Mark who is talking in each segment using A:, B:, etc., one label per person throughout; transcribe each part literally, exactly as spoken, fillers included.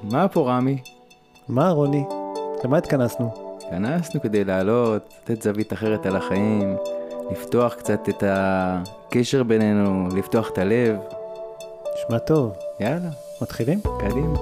A: מה פה רמי?
B: מה רוני? למה התכנסנו?
A: התכנסנו כדי לעלות, לתת זווית אחרת על החיים, לפתוח קצת את הקשר בינינו, לפתוח את הלב.
B: נשמע טוב.
A: יאללה,
B: מתחילים?
A: קדימה.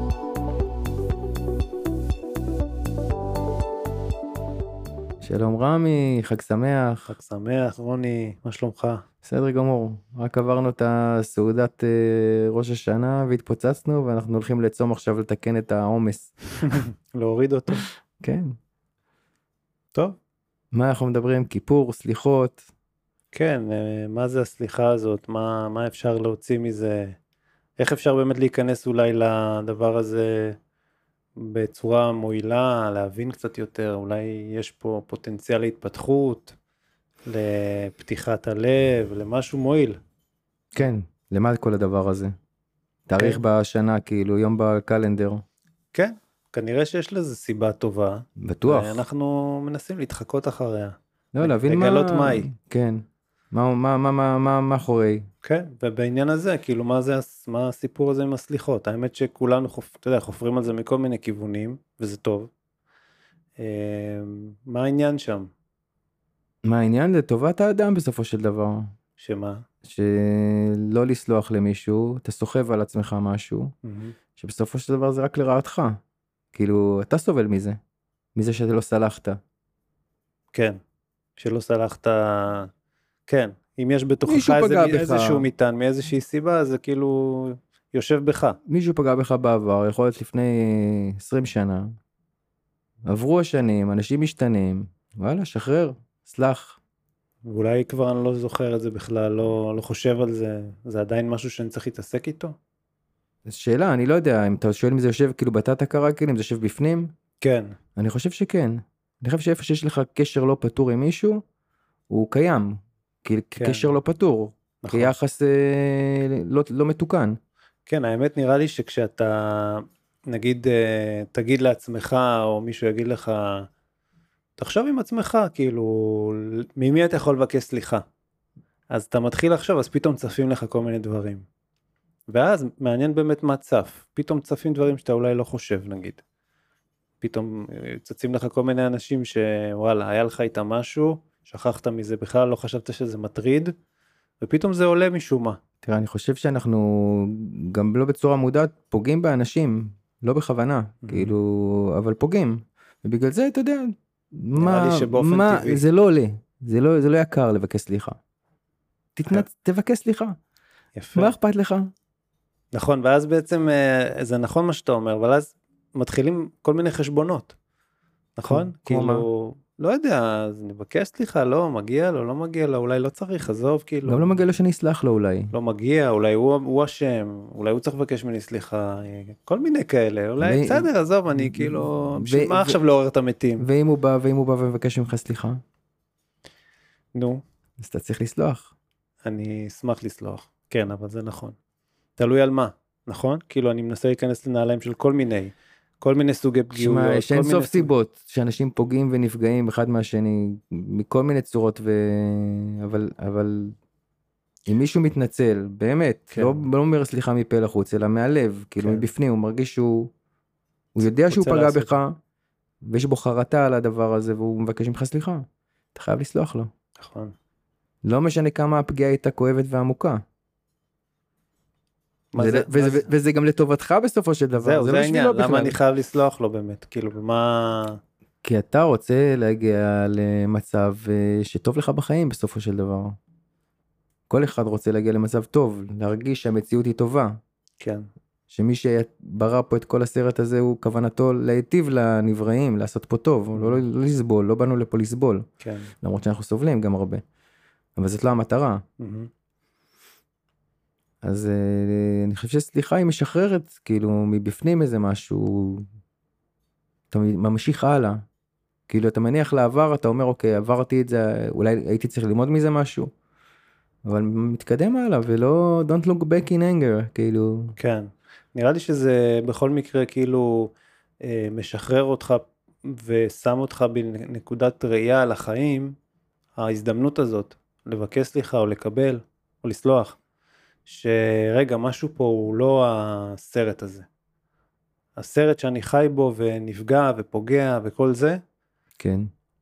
A: שלום רמי, חג שמח.
B: חג שמח, רוני, מה שלומך?
A: בסדר גמור, רק עברנו את הסעודת אה, ראש השנה והתפוצצנו ואנחנו הולכים לצום עכשיו לתקן את העומס.
B: להוריד אותו.
A: כן.
B: טוב.
A: מה אנחנו מדברים? כיפור, סליחות.
B: כן, אה, מה זה הסליחה הזאת? מה, מה אפשר להוציא מזה? איך אפשר באמת להיכנס אולי לדבר הזה בצורה מועילה, להבין קצת יותר? אולי יש פה פוטנציאל להתפתחות, לפתיחת הלב, למשהו מועיל.
A: כן, למה כל הדבר הזה? תאריך
B: כן.
A: בשנה, כאילו יום בקלנדר.
B: כן, כנראה שיש לזה סיבה טובה.
A: בטוח.
B: ואנחנו מנסים להתחקות אחריה.
A: לא, להבין מה...
B: לגלות מה היא.
A: כן. מה, מה, מה, מה, מה, מה אחורי?
B: כן, ובעניין הזה, כאילו, מה זה, מה הסיפור הזה עם הסליחות? האמת שכולנו, חופ, אתה יודע, חופרים על זה מכל מיני כיוונים, וזה טוב. מה העניין שם?
A: מה העניין? לטובת האדם בסופו של דבר.
B: שמה?
A: שלא לסלוח למישהו, אתה סוחב על עצמך משהו,
B: Mm-hmm.
A: שבסופו של דבר זה רק לרעתך. כאילו, אתה סובל מזה. מזה שאתה לא סלחת.
B: כן, שלא סלחת, כן, אם יש בתוכך איזה, איזשהו מטען, מאיזושהי סיבה, זה כאילו יושב בך.
A: מישהו פגע בך בעבר, יכול להיות לפני עשרים שנה. עברו השנים, אנשים משתנים, וואלה, שחרר, סלח.
B: ואולי כבר אני לא זוכר את זה בכלל, לא, לא חושב על זה, זה עדיין משהו שאני צריך להתעסק איתו?
A: שאלה, אני לא יודע, אם אתה שואל אם זה יושב כאילו בתת הכרה, כאילו, אם זה יושב בפנים?
B: כן.
A: אני חושב שכן. אני חושב שאיפה שיש לך קשר לא פתור עם מישהו, הוא קיים. כי כן. קשר לא פתור. נכון. כיחס אה, לא, לא מתוקן.
B: כן, האמת נראה לי שכשאתה, נגיד, אה, תגיד לעצמך, או מישהו יגיד לך, תחשוב עם עצמך, כאילו, ממי אתה יכול לבקש סליחה? אז אתה מתחיל לחשוב, אז פתאום צפים לך כל מיני דברים. ואז מעניין באמת מה צף. פתאום צפים דברים שאתה אולי לא חושב, נגיד. פתאום צצים לך כל מיני אנשים שוואלה, היה לך איתם משהו, שכחת מזה בכלל, לא חשבת שזה מטריד, ופתאום זה עולה משום מה.
A: תראה, אני חושב שאנחנו גם לא בצורה מודעת פוגעים באנשים, לא בכוונה, mm-hmm. כאילו, אבל פוגעים. ובגלל זה, אתה יודע, מה, מה, טבעי. זה לא עולה, זה לא, זה לא יקר לבקש סליחה. תתנצ... תבקש סליחה. יפה. מה אכפת לך?
B: נכון, ואז בעצם, זה נכון מה שאתה אומר, אבל אז מתחילים כל מיני חשבונות. נכון?
A: כמו
B: כאילו, מה? לא יודע, אז נבקש סליחה, לא, מגיע לו, לא מגיע לו, אולי לא צריך, עזוב, כאילו.
A: גם לא מגיע לו שאני אסלח לו אולי.
B: לא מגיע, אולי הוא, הוא אשם, אולי הוא צריך לבקש ממני סליחה, כל מיני כאלה, אולי, ו... בסדר, עזוב, אני כאילו, בשביל ו... מה ו... עכשיו לעורר את המתים?
A: ואם הוא בא, ואם הוא בא ומבקש ממך סליחה?
B: נו.
A: אז אתה צריך לסלוח.
B: אני אשמח לסלוח, כן, אבל זה נכון. תלוי על מה, נכון? כאילו, אני מנסה להיכנס לנעליים של כל מיני, כל מיני סוגי פגיעויות.
A: שמע, יש אין סוף סיבות שאנשים פוגעים ונפגעים אחד מהשני, מכל מיני צורות, ו... אבל, אבל אם מישהו מתנצל, באמת, כן. לא, לא אומר סליחה מפה לחוץ, אלא מהלב, כאילו כן. מבפנים, הוא מרגיש שהוא, הוא יודע שהוא פגע לעשות. בך, ויש בו חרטה על הדבר הזה, והוא מבקש ממך סליחה. אתה חייב לסלוח לו.
B: נכון.
A: לא משנה כמה הפגיעה הייתה כואבת ועמוקה. וזה, זה, וזה, וזה, וזה גם לטובתך בסופו של דבר.
B: זהו, זה, זה העניין, למה בכלל. אני חייב לסלוח לו באמת? כאילו, במה...
A: כי אתה רוצה להגיע למצב שטוב לך בחיים בסופו של דבר. כל אחד רוצה להגיע למצב טוב, להרגיש שהמציאות היא טובה.
B: כן.
A: שמי שברא פה את כל הסרט הזה הוא כוונתו להיטיב לנבראים, לעשות פה טוב, mm-hmm. לא, לא, לא לסבול, לא באנו לפה לסבול. כן. למרות שאנחנו סובלים גם הרבה. אבל זאת לא המטרה. Mm-hmm. אז אני חושב שסליחה היא משחררת, כאילו מבפנים איזה משהו, אתה ממשיך הלאה, כאילו אתה מניח לעבר, אתה אומר אוקיי, עברתי את זה, אולי הייתי צריך ללמוד מזה משהו, אבל מתקדם הלאה, ולא don't look back in anger, כאילו.
B: כן, נראה לי שזה בכל מקרה כאילו משחרר אותך, ושם אותך בנקודת ראייה על החיים, ההזדמנות הזאת, לבקש סליחה או לקבל, או לסלוח. שרגע, משהו פה הוא לא הסרט הזה. הסרט שאני חי בו ונפגע ופוגע וכל זה,
A: כן.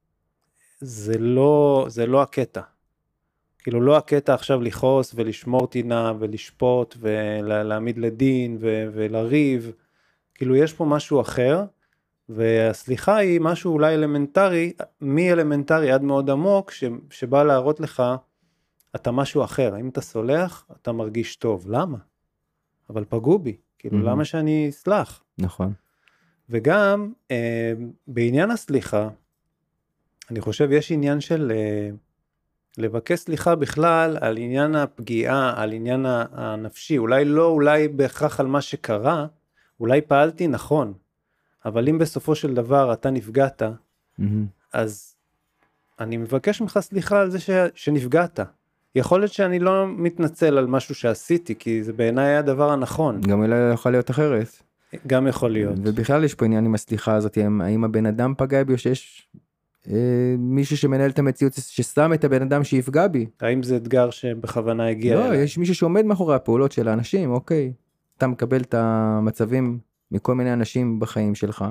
B: זה לא, זה לא הקטע. כאילו לא הקטע עכשיו לכעוס ולשמור טינה ולשפוט ולהעמיד לדין ו- ולריב. כאילו יש פה משהו אחר, והסליחה היא משהו אולי אלמנטרי, מי אלמנטרי עד מאוד עמוק, ש- שבא להראות לך, אתה משהו אחר. אם אתה סולח, אתה מרגיש טוב. למה? אבל פגעו בי. כאילו, mm-hmm. למה שאני אסלח?
A: נכון.
B: וגם, אה, בעניין הסליחה, אני חושב יש עניין של אה, לבקש סליחה בכלל על עניין הפגיעה, על עניין הנפשי, אולי לא, אולי בהכרח על מה שקרה, אולי פעלתי נכון, אבל אם בסופו של דבר אתה נפגעת, mm-hmm. אז אני מבקש ממך סליחה על זה ש... שנפגעת. יכול להיות שאני לא מתנצל על משהו שעשיתי, כי זה בעיניי היה הדבר הנכון.
A: גם אולי יכול להיות אחרת.
B: גם יכול להיות.
A: ובכלל יש פה עניין עם הסליחה הזאת, האם הבן אדם פגע בי או שיש אה, מישהו שמנהל את המציאות ששם את הבן אדם שיפגע בי.
B: האם זה אתגר שבכוונה הגיע
A: לא,
B: אליי?
A: יש מישהו שעומד מאחורי הפעולות של האנשים, אוקיי. אתה מקבל את המצבים מכל מיני אנשים בחיים שלך,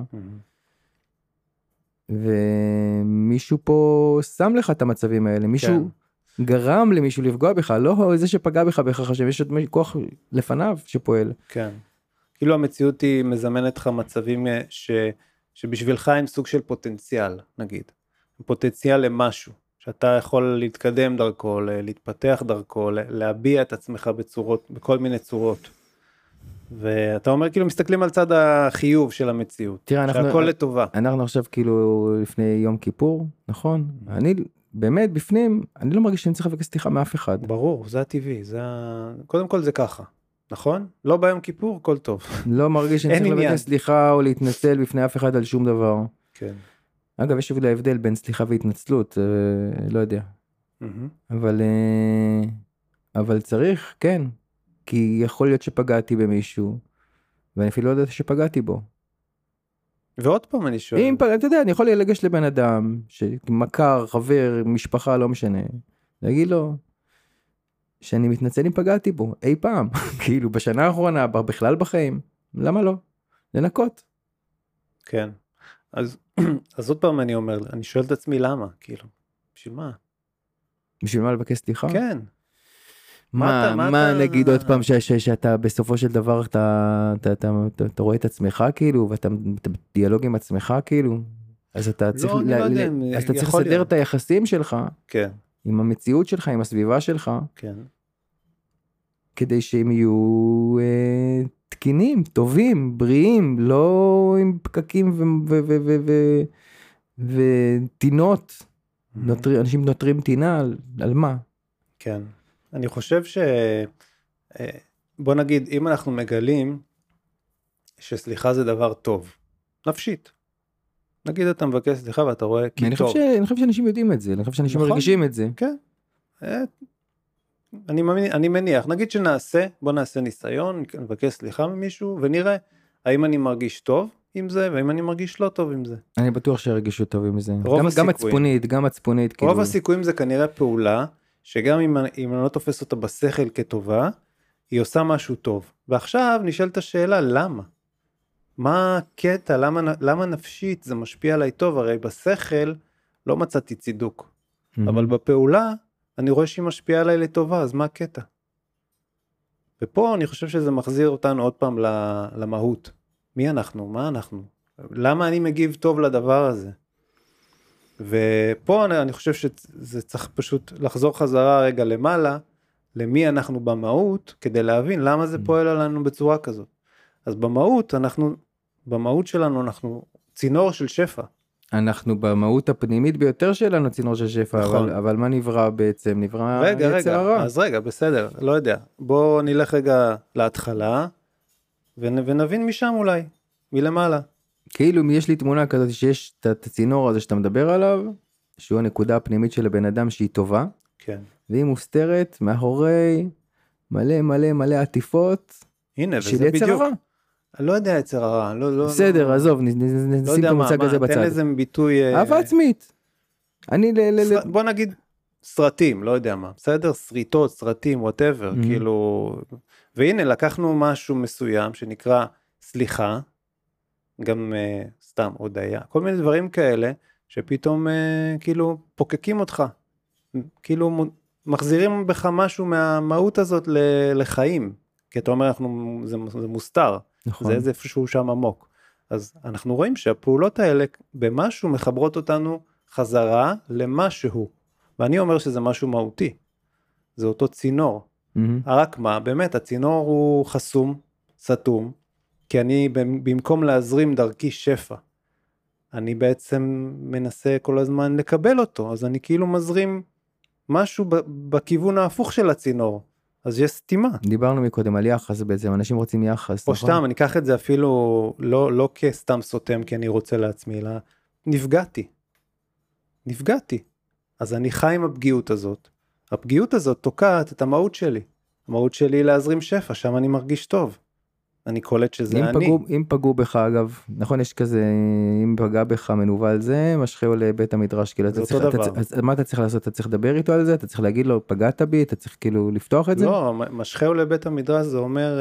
A: mm-hmm. ומישהו פה שם לך את המצבים האלה, מישהו כן. גרם למישהו לפגוע בך, לא זה שפגע בך בכך חשב, יש עוד כוח לפניו שפועל.
B: כן. כאילו המציאות היא מזמנת לך מצבים ש, שבשבילך הם סוג של פוטנציאל, נגיד. פוטנציאל למשהו, שאתה יכול להתקדם דרכו, להתפתח דרכו, להביע את עצמך בצורות, בכל מיני צורות. ואתה אומר כאילו מסתכלים על צד החיוב של המציאות,
A: תראה,
B: שהכל
A: אנחנו,
B: לטובה.
A: אנחנו עכשיו כאילו לפני יום כיפור, נכון? אני באמת בפנים, אני לא מרגיש שאני צריך לבקש סליחה מאף אחד.
B: ברור, זה הטבעי, זה... קודם כל זה ככה. נכון? לא ביום כיפור, כל טוב.
A: לא מרגיש שאני צריך לבקש סליחה או להתנצל בפני אף אחד על שום דבר.
B: כן.
A: אגב, יש אולי הבדל בין סליחה והתנצלות, לא יודע. אבל, אבל צריך, כן. כי יכול להיות שפגעתי במישהו, ואני אפילו לא יודעת שפגעתי בו.
B: ועוד פעם אני שואל.
A: אם, אתה יודע, אני יכול לגש לבן אדם, שמכר, חבר, משפחה, לא משנה. להגיד לו, שאני מתנצל אם פגעתי בו, אי פעם, כאילו בשנה האחרונה, בכלל בחיים, למה לא? לנקות.
B: כן, אז, אז עוד פעם אני אומר, אני שואל את עצמי למה, כאילו, בשביל מה?
A: בשביל מה לבקש סליחה?
B: כן.
A: מה, מה, מה, מה נגיד עוד פעם, ש, ש, שאתה בסופו של דבר, אתה, אתה, אתה, אתה, אתה רואה את עצמך כאילו, ואתה בדיאלוג עם עצמך כאילו, אז אתה צריך,
B: לא,
A: ל,
B: לא
A: ל,
B: יודע,
A: אז אתה צריך לסדר להיות. את היחסים שלך,
B: כן.
A: עם המציאות שלך, עם הסביבה שלך,
B: כן.
A: כדי שהם יהיו אה, תקינים, טובים, בריאים, לא עם פקקים וטינות, נוטר, אנשים נוטרים טינה, על, על מה?
B: כן, אני חושב ש... בוא נגיד, אם אנחנו מגלים שסליחה זה דבר טוב, נפשית, נגיד אתה מבקש סליחה ואתה רואה כי
A: אני
B: טוב.
A: חושב, ש... אני חושב שאנשים יודעים את זה, אני חושב שאנשים נכון? מרגישים את זה.
B: כן. אני, מניח, אני מניח, נגיד שנעשה, בוא נעשה ניסיון, נבקש סליחה ממישהו, ונראה האם אני מרגיש טוב עם זה, והאם אני מרגיש לא טוב עם זה.
A: אני בטוח שהרגישו טוב עם זה. גם, גם הצפונית, גם הצפונית.
B: רוב
A: כאילו...
B: הסיכויים זה כנראה פעולה, שגם אם, אם אני לא תופס אותה בשכל כטובה, היא עושה משהו טוב. ועכשיו נשאלת השאלה, למה? מה הקטע? למה, למה נפשית זה משפיע עליי טוב? הרי בשכל לא מצאתי צידוק. Mm-hmm. אבל בפעולה, אני רואה שהיא משפיעה עליי לטובה, אז מה הקטע? ופה אני חושב שזה מחזיר אותנו עוד פעם למהות. מי אנחנו? מה אנחנו? למה אני מגיב טוב לדבר הזה? ופה אני, אני חושב שזה צריך פשוט לחזור חזרה רגע למעלה, למי אנחנו במהות, כדי להבין למה זה פועל עלינו בצורה כזאת. אז במהות, אנחנו, במהות שלנו אנחנו צינור של שפע.
A: אנחנו במהות הפנימית ביותר שלנו צינור של שפע, נכון. אבל, אבל מה נברא בעצם? נברא
B: רגע,
A: יצר
B: רגע,
A: הרע.
B: אז רגע, בסדר, לא יודע. בוא נלך רגע להתחלה, ונ, ונבין משם אולי, מלמעלה.
A: כאילו אם יש לי תמונה כזאת שיש את הצינור הזה שאתה מדבר עליו, שהוא הנקודה הפנימית של הבן אדם שהיא טובה,
B: כן.
A: והיא מוסתרת מאחורי מלא מלא מלא עטיפות,
B: הנה, וזה בדיוק. הרע. אני לא יודע יצר הרע, לא, לא,
A: בסדר,
B: לא,
A: עזוב, נשים לא את המושג הזה בצד.
B: תן איזה ביטוי...
A: אהבה עצמית. אני ל... ל...
B: בוא נגיד סרטים, לא יודע מה, בסדר? סריטות, סרטים, whatever, כאילו... והנה, לקחנו משהו מסוים שנקרא סליחה, גם uh, סתם הודעה, כל מיני דברים כאלה, שפתאום uh, כאילו פוקקים אותך, כאילו מחזירים בך משהו מהמהות הזאת לחיים, כי אתה אומר, אנחנו, זה, זה מוסתר, נכון. זה איזשהו שם עמוק. אז אנחנו רואים שהפעולות האלה במשהו מחברות אותנו חזרה למשהו, ואני אומר שזה משהו מהותי, זה אותו צינור, mm-hmm. רק מה, באמת הצינור הוא חסום, סתום, כי אני במקום להזרים דרכי שפע, אני בעצם מנסה כל הזמן לקבל אותו, אז אני כאילו מזרים משהו בכיוון ההפוך של הצינור, אז יש סתימה.
A: דיברנו מקודם על יחס בעצם, אנשים רוצים יחס.
B: או סתם, אני אקח את זה אפילו לא, לא כסתם סותם, כי אני רוצה לעצמי, אלא נפגעתי. נפגעתי. אז אני חי עם הפגיעות הזאת. הפגיעות הזאת תוקעת את המהות שלי. המהות שלי היא להזרים שפע, שם אני מרגיש טוב. אני קולט שזה
A: אם
B: אני.
A: פגעו, אם פגעו בך, אגב, נכון, יש כזה, אם פגע בך מנוול זה, משכהו לבית המדרש, כאילו,
B: זה אותו צריך, דבר.
A: אתה, אז מה אתה צריך לעשות? אתה צריך לדבר איתו על זה? אתה צריך להגיד לו, פגעת בי? אתה צריך כאילו לפתוח את זה?
B: לא, משכהו לבית המדרש זה אומר,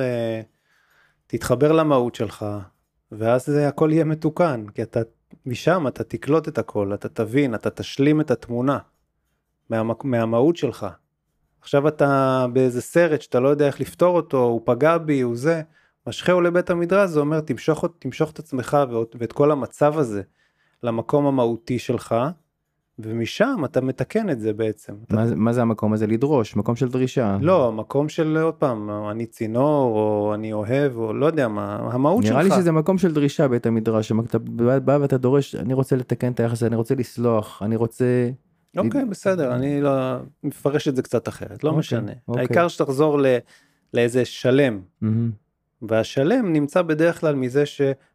B: תתחבר למהות שלך, ואז זה הכל יהיה מתוקן, כי אתה, משם אתה תקלוט את הכל, אתה תבין, אתה תשלים את התמונה, מה, מהמהות שלך. עכשיו אתה באיזה סרט שאתה לא יודע איך לפתור אותו, הוא פגע בי, הוא זה, משכהו לבית המדרש, זה אומר, תמשוך, תמשוך את עצמך ואת, ואת כל המצב הזה למקום המהותי שלך, ומשם אתה מתקן את זה בעצם.
A: מה,
B: אתה...
A: מה זה המקום הזה? לדרוש? מקום של דרישה?
B: לא, מקום של עוד פעם, אני צינור, או אני אוהב, או לא יודע מה, המהות
A: נראה
B: שלך.
A: לי שזה מקום של דרישה בית המדרש, אתה בא ואתה דורש, אני רוצה לתקן את היחס, אני רוצה לסלוח, אני רוצה...
B: אוקיי, בסדר, אני לא מפרש את זה קצת אחרת, לא
A: אוקיי,
B: משנה.
A: אוקיי.
B: העיקר שתחזור ל... לאיזה שלם.
A: Mm-hmm.
B: והשלם נמצא בדרך כלל מזה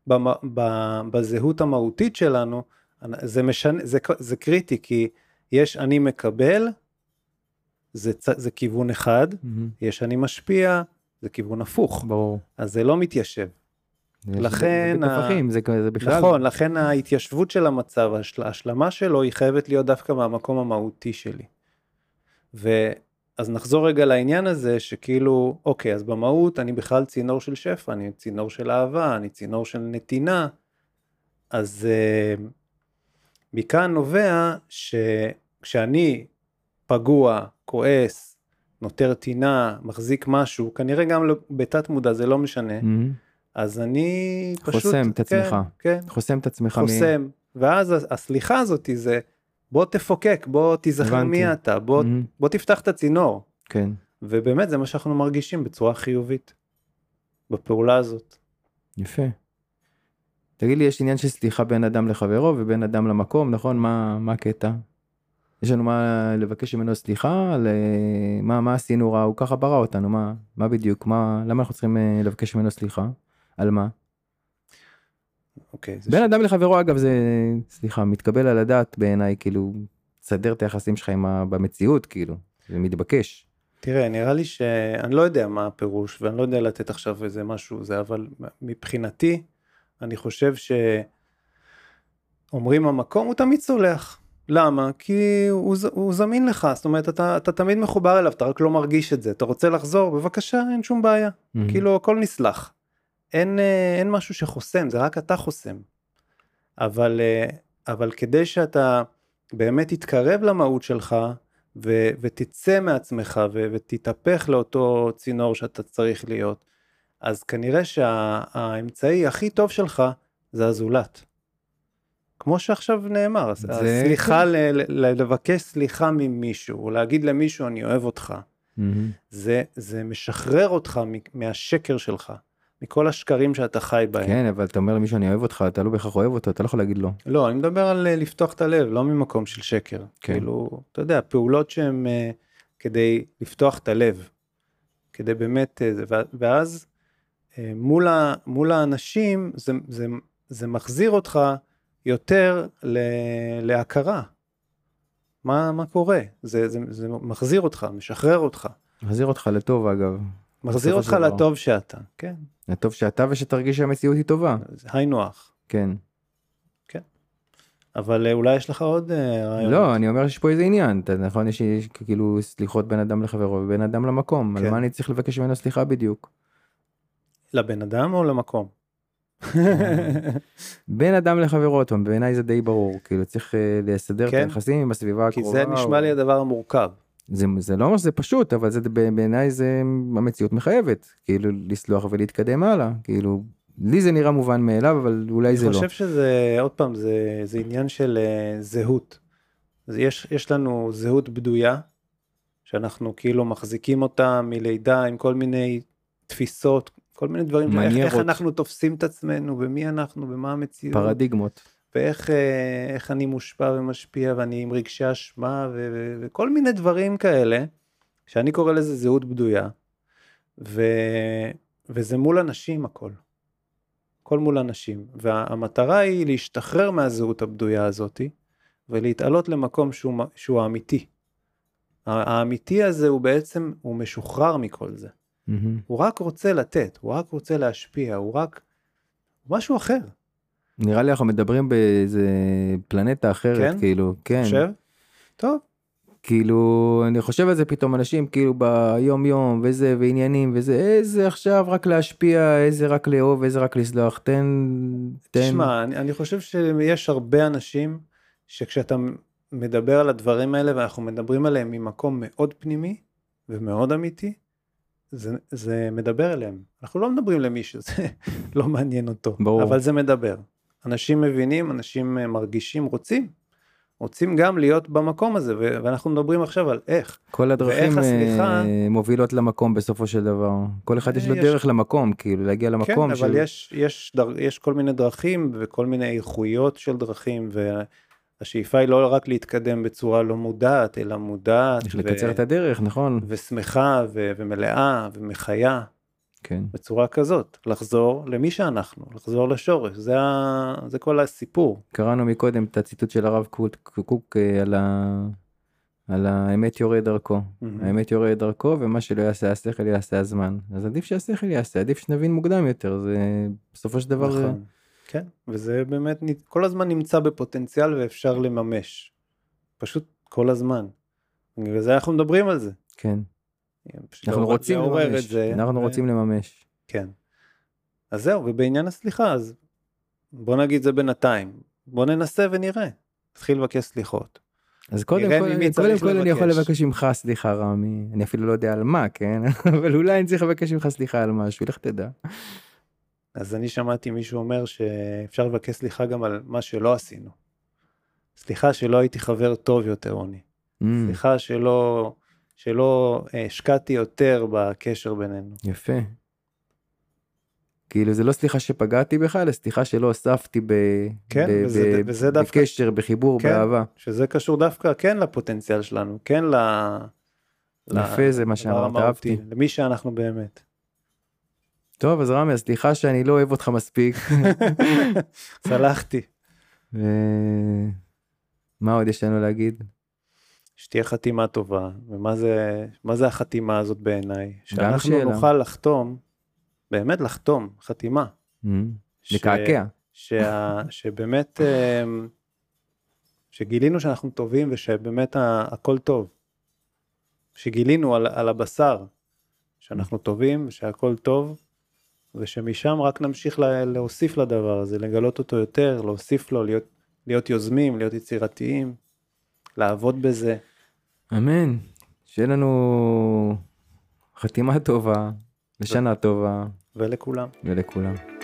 B: שבזהות המהותית שלנו, זה, משנה, זה, זה קריטי, כי יש אני מקבל, זה, זה כיוון אחד, mm-hmm. יש אני משפיע, זה כיוון הפוך.
A: ברור.
B: אז זה לא מתיישב. לכן,
A: זה בתפחים, זה, זה בכלל...
B: נכון, לכן ההתיישבות של המצב, ההשלמה שלו, היא חייבת להיות דווקא מהמקום המהותי שלי. ו... אז נחזור רגע לעניין הזה, שכאילו, אוקיי, אז במהות אני בכלל צינור של שפע, אני צינור של אהבה, אני צינור של נתינה, אז uh, מכאן נובע שכשאני פגוע, כועס, נותר טינה, מחזיק משהו, כנראה גם בתת מודע, זה לא משנה, mm-hmm. אז אני פשוט...
A: חוסם את עצמך,
B: כן, כן,
A: חוסם את עצמך.
B: חוסם, מ... ואז הסליחה הזאת זה... בוא תפוקק, בוא תיזכר מי אתה, בוא, mm-hmm. בוא תפתח את הצינור.
A: כן.
B: ובאמת זה מה שאנחנו מרגישים בצורה חיובית, בפעולה הזאת.
A: יפה. תגיד לי, יש עניין של סליחה בין אדם לחברו ובין אדם למקום, נכון? מה, מה הקטע? יש לנו מה לבקש ממנו סליחה? מה, מה עשינו רע? הוא ככה ברא אותנו, מה, מה בדיוק? מה, למה אנחנו צריכים לבקש ממנו סליחה? על מה?
B: אוקיי,
A: בין
B: ש...
A: אדם לחברו, אגב, זה, סליחה, מתקבל על הדעת בעיניי, כאילו, תסדר את היחסים שלך במציאות, כאילו, זה מתבקש.
B: תראה, נראה לי שאני לא יודע מה הפירוש, ואני לא יודע לתת עכשיו איזה משהו זה, אבל מבחינתי, אני חושב שאומרים המקום, הוא תמיד סולח. למה? כי הוא, הוא זמין לך, זאת אומרת, אתה, אתה תמיד מחובר אליו, אתה רק לא מרגיש את זה, אתה רוצה לחזור, בבקשה, אין שום בעיה, mm-hmm. כאילו, הכל נסלח. אין, אין משהו שחוסם, זה רק אתה חוסם. אבל, אבל כדי שאתה באמת תתקרב למהות שלך, ו, ותצא מעצמך, ו, ותתהפך לאותו צינור שאתה צריך להיות, אז כנראה שהאמצעי הכי טוב שלך, זה הזולת. כמו שעכשיו נאמר, זה... סליחה, ל, ל, לבקש סליחה ממישהו, או להגיד למישהו, אני אוהב אותך. Mm-hmm. זה, זה משחרר אותך מהשקר שלך. מכל השקרים שאתה חי בהם.
A: כן, אבל אתה אומר למישהו אני אוהב אותך, אתה לא בהכרח אוהב אותו, אתה לא יכול להגיד לו.
B: לא, אני מדבר על לפתוח את הלב, לא ממקום של שקר. כן. כאילו, אתה יודע, פעולות שהן uh, כדי לפתוח את הלב, כדי באמת, uh, ואז uh, מול, ה, מול האנשים, זה, זה, זה מחזיר אותך יותר ל, להכרה. מה, מה קורה? זה, זה, זה מחזיר אותך, משחרר אותך.
A: מחזיר אותך לטוב, אגב.
B: מחזיר אותך לטוב שאתה, כן.
A: לטוב שאתה ושתרגיש שהמציאות היא טובה.
B: היי נוח.
A: כן.
B: כן. אבל אולי יש לך עוד רעיון.
A: לא, אני אומר שיש פה איזה עניין. נכון, יש כאילו סליחות בין אדם לחברו ובין אדם למקום. על מה אני צריך לבקש ממנו סליחה בדיוק?
B: לבן אדם או למקום?
A: בין אדם לחברו, בעיניי זה די ברור, כאילו צריך לסדר את היחסים עם הסביבה
B: כי
A: הקרובה.
B: זה נשמע לי הדבר המורכב.
A: זה, זה לא אומר שזה פשוט, אבל זה בעיניי זה המציאות מחייבת, כאילו לסלוח ולהתקדם הלאה, כאילו לי זה נראה מובן מאליו, אבל אולי זה לא.
B: אני חושב שזה, עוד פעם, זה, זה עניין של uh, זהות. אז יש, יש לנו זהות בדויה, שאנחנו כאילו מחזיקים אותה מלידה עם כל מיני תפיסות, כל מיני דברים, איך, איך אנחנו תופסים את עצמנו, ומי אנחנו, ומה המציאות.
A: פרדיגמות.
B: ואיך איך אני מושפע ומשפיע, ואני עם רגשי אשמה, ו, ו, וכל מיני דברים כאלה, שאני קורא לזה זהות בדויה, ו, וזה מול אנשים הכל. כל מול אנשים. והמטרה היא להשתחרר מהזהות הבדויה הזאת, ולהתעלות למקום שהוא, שהוא האמיתי. האמיתי הזה הוא בעצם, הוא משוחרר מכל זה. Mm-hmm. הוא רק רוצה לתת, הוא רק רוצה להשפיע, הוא רק משהו אחר.
A: נראה לי אנחנו מדברים באיזה פלנטה אחרת, כן? כאילו, כן.
B: חושב? טוב.
A: כאילו, אני חושב על זה פתאום אנשים, כאילו, ביום יום, וזה, ועניינים, וזה, איזה עכשיו רק להשפיע, איזה רק לאהוב, איזה רק לסלוח, תן, תן.
B: תשמע, אני, אני חושב שיש הרבה אנשים, שכשאתה מדבר על הדברים האלה, ואנחנו מדברים עליהם ממקום מאוד פנימי, ומאוד אמיתי, זה, זה מדבר אליהם. אנחנו לא מדברים למי שזה לא מעניין אותו, ברור. אבל זה מדבר. אנשים מבינים, אנשים מרגישים, רוצים, רוצים גם להיות במקום הזה, ואנחנו מדברים עכשיו על איך.
A: כל הדרכים הסליחה... מובילות למקום בסופו של דבר. כל אחד יש לו יש... דרך למקום, כאילו, להגיע למקום.
B: כן, של... אבל יש, יש, דר... יש כל מיני דרכים, וכל מיני איכויות של דרכים, והשאיפה היא לא רק להתקדם בצורה לא מודעת, אלא מודעת.
A: יש ו... לקצר את הדרך, נכון.
B: ושמחה, ו... ומלאה, ומחיה.
A: כן.
B: בצורה כזאת, לחזור למי שאנחנו, לחזור לשורש, זה, ה... זה כל הסיפור.
A: קראנו מקודם את הציטוט של הרב קוק על, ה... על האמת יורד דרכו, mm-hmm. האמת יורד דרכו, ומה שלא יעשה השכל יעשה הזמן, אז עדיף שהשכל יעשה, עדיף שנבין מוקדם יותר, זה בסופו של דבר...
B: נכון, כן, וזה באמת כל הזמן נמצא בפוטנציאל ואפשר לממש, פשוט כל הזמן, וזה אנחנו מדברים על זה.
A: כן. אנחנו רוצים לממש, אנחנו רוצים לממש.
B: כן. אז זהו, ובעניין הסליחה, אז בוא נגיד זה בינתיים, בוא ננסה ונראה, תתחיל לבקש סליחות.
A: אז קודם כל אני יכול לבקש ממך סליחה רמי, אני אפילו לא יודע על מה, כן? אבל אולי אני צריך לבקש ממך סליחה על משהו, לך תדע.
B: אז אני שמעתי מישהו אומר שאפשר לבקש סליחה גם על מה שלא עשינו. סליחה שלא הייתי חבר טוב יותר, רוני. סליחה שלא... שלא השקעתי יותר בקשר בינינו.
A: יפה. כאילו זה לא סליחה שפגעתי בך, אלא סליחה שלא הוספתי ב...
B: כן, ב- וזה,
A: ב-
B: וזה דווקא...
A: בקשר, בחיבור,
B: כן,
A: באהבה.
B: שזה קשור דווקא כן לפוטנציאל שלנו, כן ל...
A: יפה ל... זה מה שאמרת, אהבתי.
B: למי שאנחנו באמת.
A: טוב, אז רמי, סליחה שאני לא אוהב אותך מספיק.
B: צלחתי.
A: ו... מה עוד יש לנו להגיד?
B: שתהיה חתימה טובה, ומה זה, מה זה החתימה הזאת בעיניי? שאנחנו נוכל לחתום, באמת לחתום, חתימה.
A: לקעקע.
B: שבאמת, שגילינו שאנחנו טובים, ושבאמת הכל טוב. שגילינו על, על הבשר, שאנחנו טובים, ושהכל טוב, ושמשם רק נמשיך לה, להוסיף לדבר הזה, לגלות אותו יותר, להוסיף לו, להיות, להיות יוזמים, להיות יצירתיים. לעבוד בזה.
A: אמן. שיהיה לנו חתימה טובה, לשנה טובה.
B: ולכולם.
A: ולכולם.